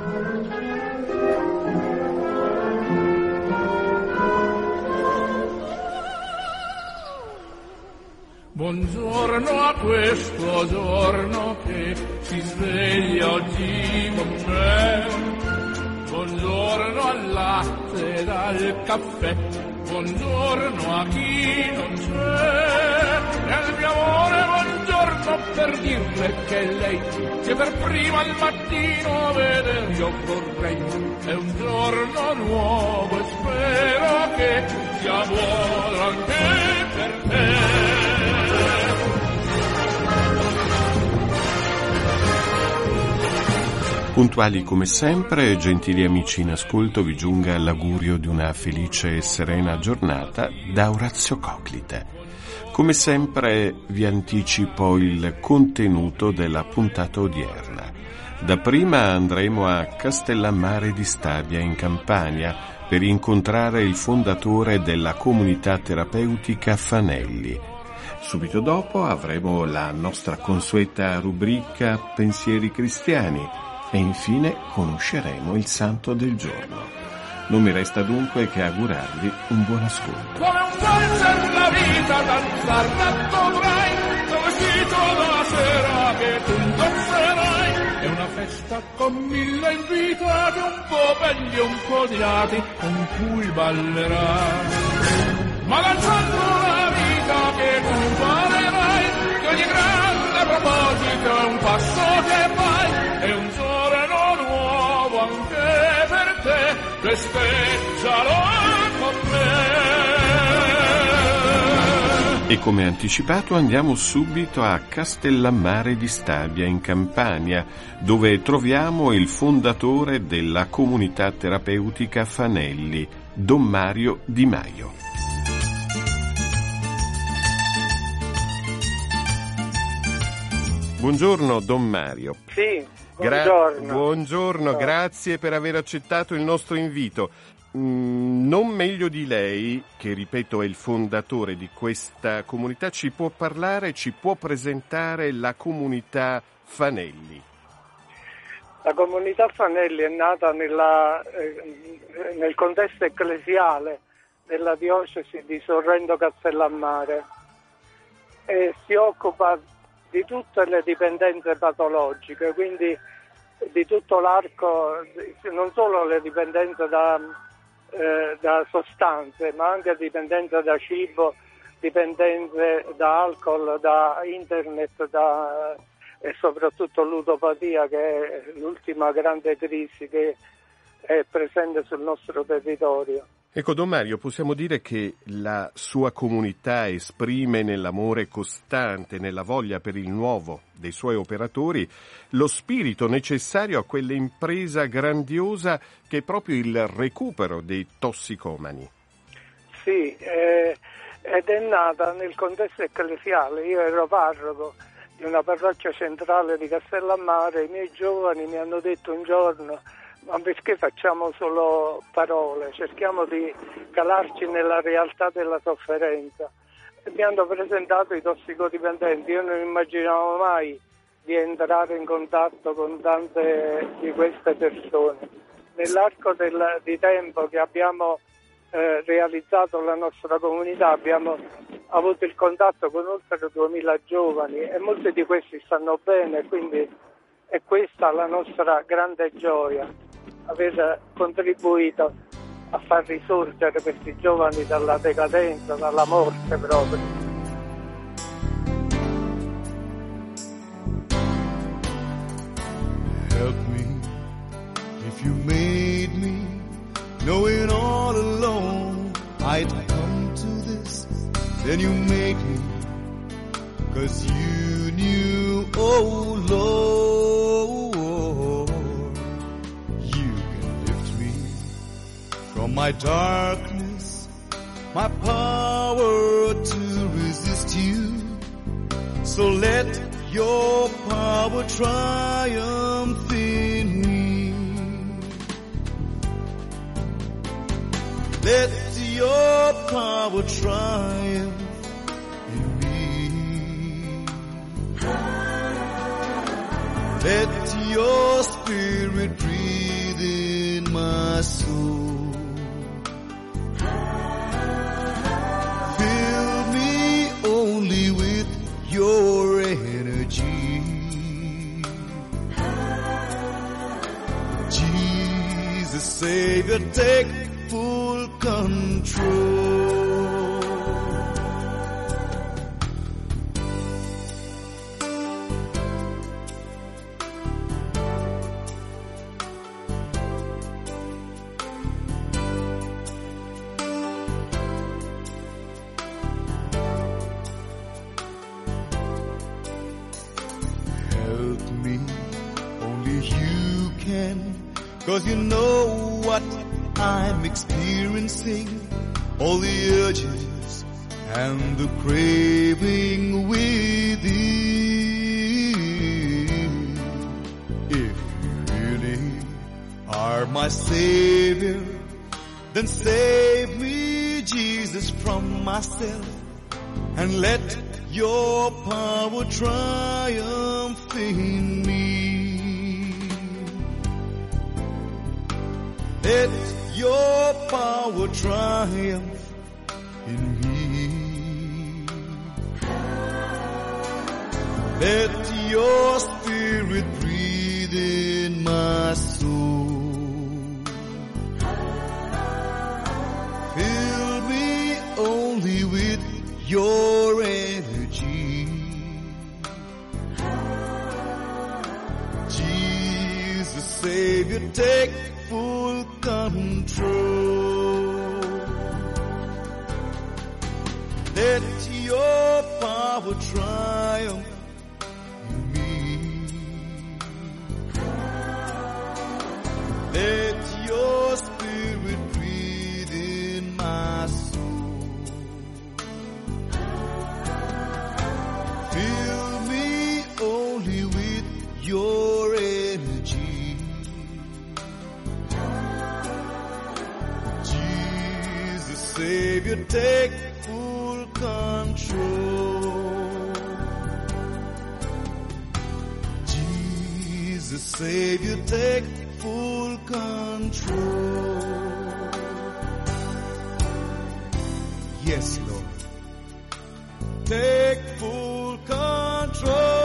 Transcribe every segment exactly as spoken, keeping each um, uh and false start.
Buongiorno a questo giorno che si sveglia oggi con me. Buongiorno al latte e al caffè. Buongiorno a chi non c'è. E al mio amore buongiorno per dirle che lei che per prima al mattino vedere io vorrei. È un giorno nuovo e spero che sia buono anche per te. Puntuali come sempre, gentili amici in ascolto, vi giunga l'augurio di una felice e serena giornata da Orazio Coclite. Come sempre vi anticipo il contenuto della puntata odierna. Dapprima andremo a Castellammare di Stabia in Campania per incontrare il fondatore della comunità terapeutica Fanelli. Subito dopo avremo la nostra consueta rubrica Pensieri cristiani. E infine conosceremo il santo del giorno. Non mi resta dunque che augurarvi un buon ascolto. Come un valzer la vita danzar dovrai, vestito da sera che tu indosserai. È una festa con mille invitati, un po' belli e un po' odiati, con cui ballerai. Ma lanciando la vita che tu imparerai, che ogni grande proposito è un passo che fai. È un giorno nuovo anche per te, festeggialo con me. E come anticipato andiamo subito a Castellammare di Stabia in Campania, dove troviamo il fondatore della comunità terapeutica Fanelli, Don Mario Di Maio. Buongiorno Don Mario. Sì, Gra- buongiorno. buongiorno, grazie per aver accettato il nostro invito. Mm, non meglio di lei, che ripeto è il fondatore di questa comunità, ci può parlare, ci può presentare la comunità Fanelli. La comunità Fanelli è nata nella, eh, nel contesto ecclesiale della diocesi di Sorrento Castellammare e si occupa di tutte le dipendenze patologiche, quindi di tutto l'arco, non solo le dipendenze da, eh, da sostanze, ma anche dipendenze da cibo, dipendenze da alcol, da internet, da, e soprattutto ludopatia, che è l'ultima grande crisi che è presente sul nostro territorio. Ecco, Don Mario, possiamo dire che la sua comunità esprime nell'amore costante, nella voglia per il nuovo dei suoi operatori, lo spirito necessario a quell'impresa grandiosa che è proprio il recupero dei tossicomani. Sì, eh, ed è nata nel contesto ecclesiale. Io ero parroco di una parrocchia centrale di Castellammare, i miei giovani mi hanno detto un giorno: ma perché facciamo solo parole? Cerchiamo di calarci nella realtà della sofferenza. E mi hanno presentato i tossicodipendenti. Io non immaginavo mai di entrare in contatto con tante di queste persone. Nell'arco del, di tempo che abbiamo eh, realizzato la nostra comunità abbiamo avuto il contatto con oltre duemila giovani e molti di questi stanno bene, quindi è questa la nostra grande gioia, aver contribuito a far risorgere questi giovani dalla decadenza, dalla morte proprio. Help me if you made me, knowing all alone I'd come to this, then you made me, 'cause you knew, oh Lord, you can lift me from my darkness, my power to resist you. So let your power triumph in me. Let your power triumph in me. Let your spirit breathe Savior, take full control. Help me, only you can. 'Cause you know what I'm experiencing, all the urges and the craving within. If you really are my Savior, then save me, Jesus, from myself, and let your power triumph in me. Let your power triumph in me. Let your spirit breathe in my soul. Fill me only with your energy. Jesus, Savior, take full control. Let your power triumph in me. Let your spirit breathe in my soul. Fill me only with your energy. Savior, take full control. Jesus, Savior, take full control. Yes, Lord, take full control.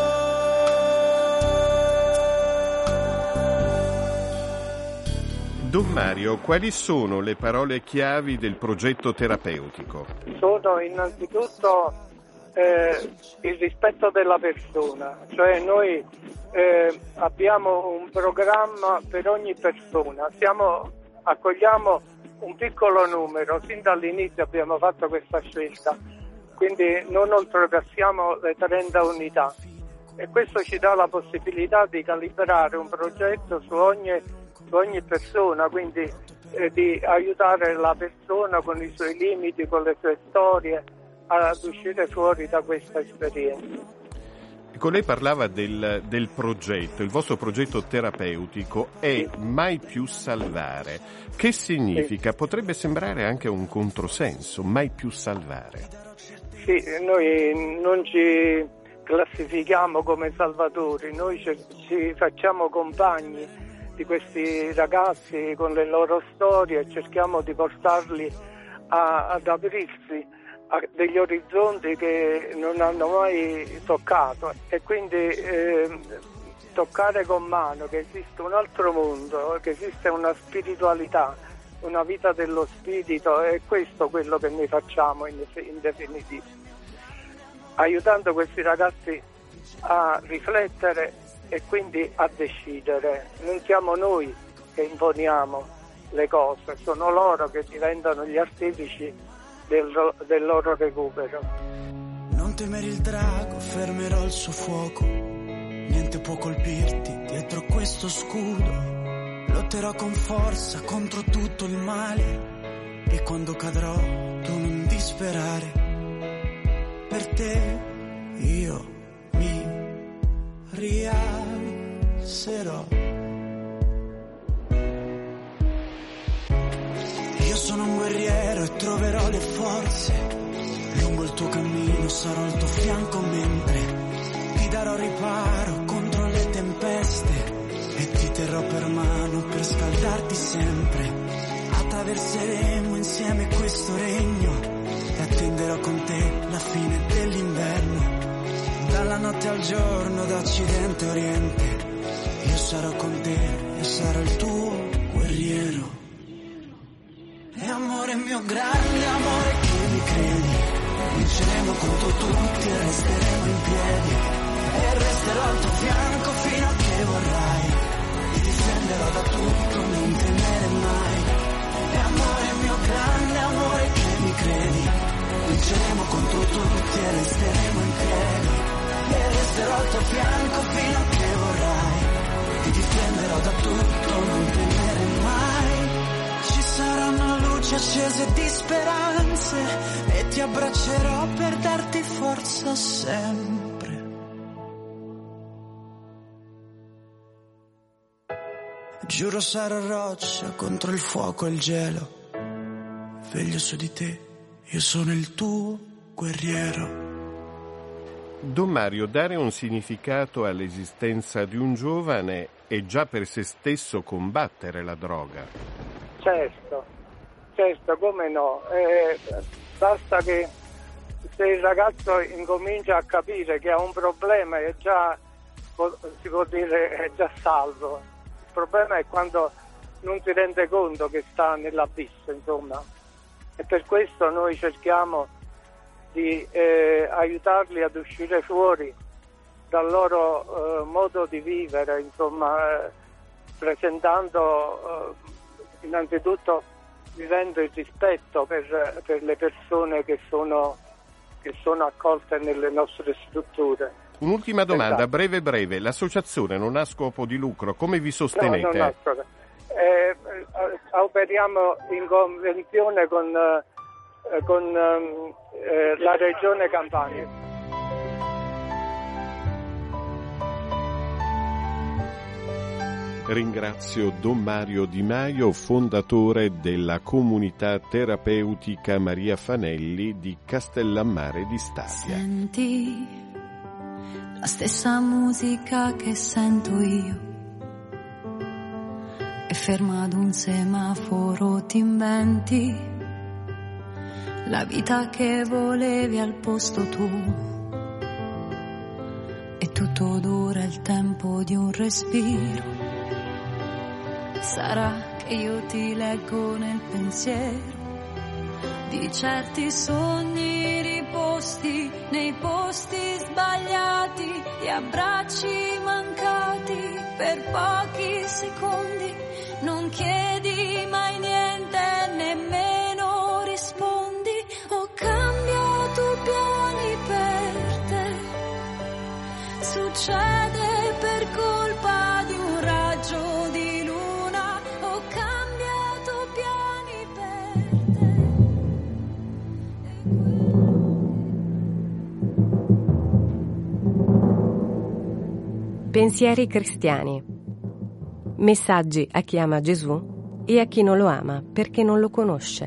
Don Mario, quali sono le parole chiavi del progetto terapeutico? Sono innanzitutto eh, il rispetto della persona, cioè noi eh, abbiamo un programma per ogni persona, Siamo, accogliamo un piccolo numero, sin dall'inizio abbiamo fatto questa scelta, quindi non oltrepassiamo le trenta unità e questo ci dà la possibilità di calibrare un progetto su ogni su ogni persona, quindi eh, di aiutare la persona con i suoi limiti, con le sue storie ad uscire fuori da questa esperienza. Ecco, lei parlava del, del progetto, il vostro progetto terapeutico è sì. Mai più salvare. Che significa? Sì. Potrebbe sembrare anche un controsenso, mai più salvare. Sì, noi non ci classifichiamo come salvatori, noi ci, ci facciamo compagni di questi ragazzi con le loro storie e cerchiamo di portarli a, ad aprirsi a degli orizzonti che non hanno mai toccato e quindi eh, toccare con mano che esiste un altro mondo, che esiste una spiritualità, una vita dello spirito, è questo quello che noi facciamo in, in definitivo, aiutando questi ragazzi a riflettere e quindi a decidere. Non siamo noi che imponiamo le cose, sono loro che diventano gli artefici del, del loro recupero. Non temere il drago, fermerò il suo fuoco, niente può colpirti dietro questo scudo, lotterò con forza contro tutto il male e quando cadrò tu non disperare, per te io mi rialzerò. Io sono un guerriero e troverò le forze, lungo il tuo cammino sarò al tuo fianco mentre ti darò riparo contro le tempeste e ti terrò per mano per scaldarti sempre. Attraverseremo insieme questo regno e attenderò con te la fine dell'inverno. Dalla notte al giorno, da occidente a oriente, io sarò con te e sarò il tuo guerriero. guerriero. E amore mio grande amore che mi credi, vinceremo contro tutti e resteremo in piedi. E resterò al tuo fianco fino a che vorrai, ti difenderò da tutto, non temere mai. E amore mio grande amore che mi credi, vinceremo contro tutti e resteremo in piedi. E resterò al tuo fianco fino a che vorrai, ti difenderò da tutto, non temere mai. Ci saranno luci accese di speranze e ti abbraccerò per darti forza sempre. Giuro sarò roccia contro il fuoco e il gelo, veglio su di te, io sono il tuo guerriero. Don Mario, dare un significato all'esistenza di un giovane è già per se stesso combattere la droga. Certo, certo, come no. Eh, basta che se il ragazzo incomincia a capire che ha un problema è già, si può dire, è già salvo. Il problema è quando non si rende conto che sta nell'abisso, insomma. E per questo noi cerchiamo di eh, aiutarli ad uscire fuori dal loro eh, modo di vivere, insomma, eh, presentando eh, innanzitutto vivendo il rispetto per, per le persone che sono, che sono accolte nelle nostre strutture. Un'ultima domanda, Esatto. breve breve. L'associazione non ha scopo di lucro, come vi sostenete? No, non ha scopo. Eh, eh, operiamo in convenzione con, eh, con eh, la Regione Campania. Ringrazio Don Mario Di Maio, fondatore della comunità terapeutica Maria Fanelli di Castellammare di Stabia. Senti la stessa musica che sento io, e ferma ad un semaforo ti inventi la vita che volevi al posto tuo, e tutto dura il tempo di un respiro. Sarà che io ti leggo nel pensiero di certi sogni riposti nei posti sbagliati, di abbracci mancati per pochi secondi. Non chiedi mai niente, nemmeno rispondi. Ho cambiato piani per te, succede per colpa di un raggio di luna. Ho cambiato piani per te. Pensieri cristiani. Messaggi a chi ama Gesù e a chi non lo ama perché non lo conosce.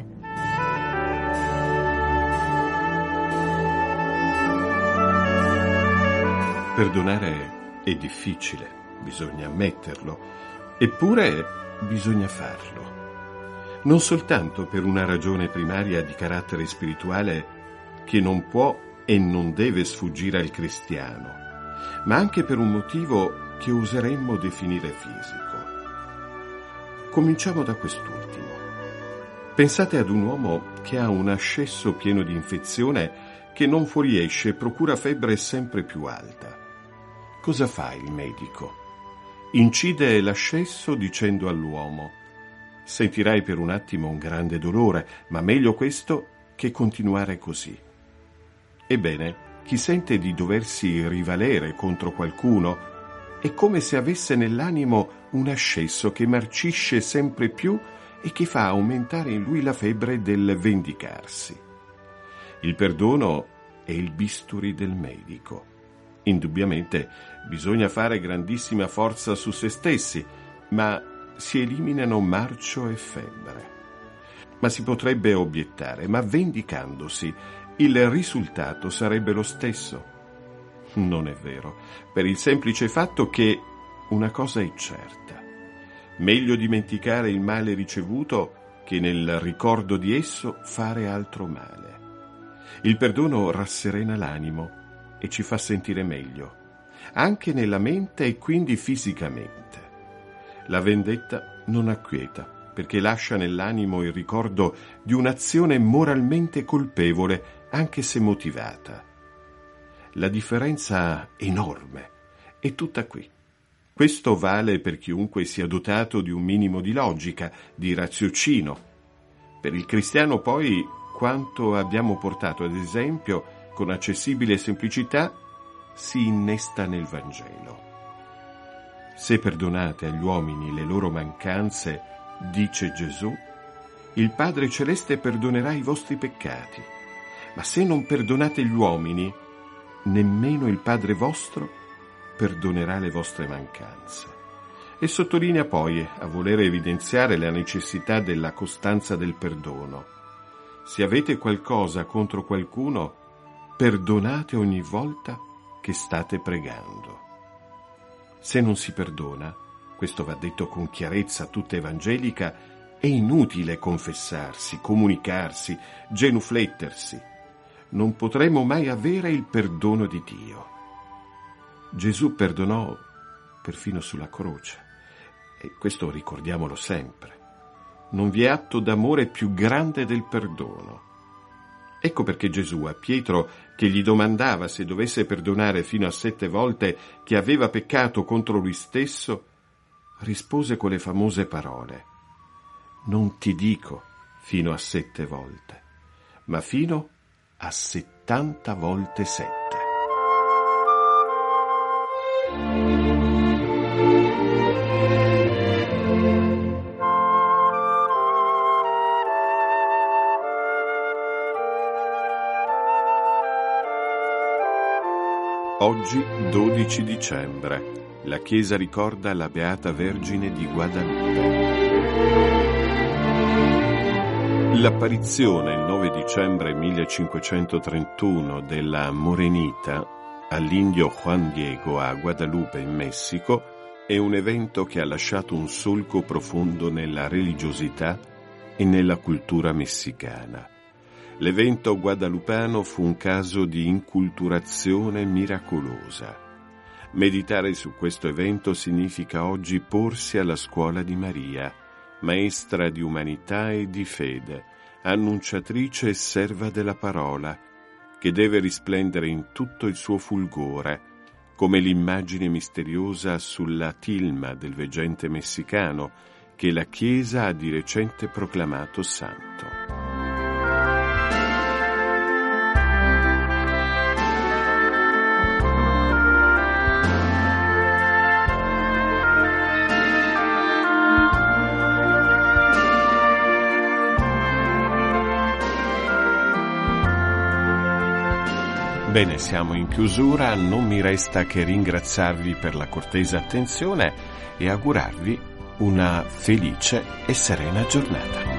Perdonare è difficile, bisogna ammetterlo, eppure bisogna farlo. Non soltanto per una ragione primaria di carattere spirituale che non può e non deve sfuggire al cristiano, ma anche per un motivo che oseremmo definire fisico. Cominciamo da quest'ultimo. Pensate ad un uomo che ha un ascesso pieno di infezione che non fuoriesce e procura febbre sempre più alta. Cosa fa il medico? Incide l'ascesso dicendo all'uomo: sentirai per un attimo un grande dolore, ma meglio questo che continuare così. Ebbene, chi sente di doversi rivalere contro qualcuno è come se avesse nell'animo un ascesso che marcisce sempre più e che fa aumentare in lui la febbre del vendicarsi. Il perdono è il bisturi del medico. Indubbiamente bisogna fare grandissima forza su se stessi, ma si eliminano marcio e febbre. Ma si potrebbe obiettare, ma vendicandosi il risultato sarebbe lo stesso? Non è vero, per il semplice fatto che una cosa è certa: meglio dimenticare il male ricevuto che nel ricordo di esso fare altro male. Il perdono rasserena l'animo e ci fa sentire meglio, anche nella mente e quindi fisicamente. La vendetta non acquieta, perché lascia nell'animo il ricordo di un'azione moralmente colpevole, anche se motivata. La differenza enorme è tutta qui. Questo vale per chiunque sia dotato di un minimo di logica, di raziocinio. Per il cristiano poi quanto abbiamo portato ad esempio con accessibile semplicità si innesta nel Vangelo. Se perdonate agli uomini le loro mancanze, dice Gesù, il Padre Celeste perdonerà i vostri peccati. Ma se non perdonate gli uomini, nemmeno il Padre vostro perdonerà le vostre mancanze. E sottolinea poi, a voler evidenziare la necessità della costanza del perdono: se avete qualcosa contro qualcuno, perdonate ogni volta che state pregando. Se non si perdona, questo va detto con chiarezza tutta evangelica, è inutile confessarsi, comunicarsi, genuflettersi. Non potremo mai avere il perdono di Dio. Gesù perdonò perfino sulla croce, e questo ricordiamolo sempre. Non vi è atto d'amore più grande del perdono. Ecco perché Gesù a Pietro, che gli domandava se dovesse perdonare fino a sette volte che aveva peccato contro lui stesso, rispose con le famose parole: non ti dico fino a sette volte, ma fino a settanta volte sette. Oggi, dodici dicembre, la Chiesa ricorda la Beata Vergine di Guadalupe. L'apparizione il nove dicembre millecinquecentotrentuno della Morenita all'indio Juan Diego a Guadalupe in Messico è un evento che ha lasciato un solco profondo nella religiosità e nella cultura messicana. L'evento guadalupano fu un caso di inculturazione miracolosa. Meditare su questo evento significa oggi porsi alla scuola di Maria, maestra di umanità e di fede, annunciatrice e serva della parola, che deve risplendere in tutto il suo fulgore, come l'immagine misteriosa sulla tilma del veggente messicano, che la Chiesa ha di recente proclamato santo. Bene, siamo in chiusura, non mi resta che ringraziarvi per la cortese attenzione e augurarvi una felice e serena giornata.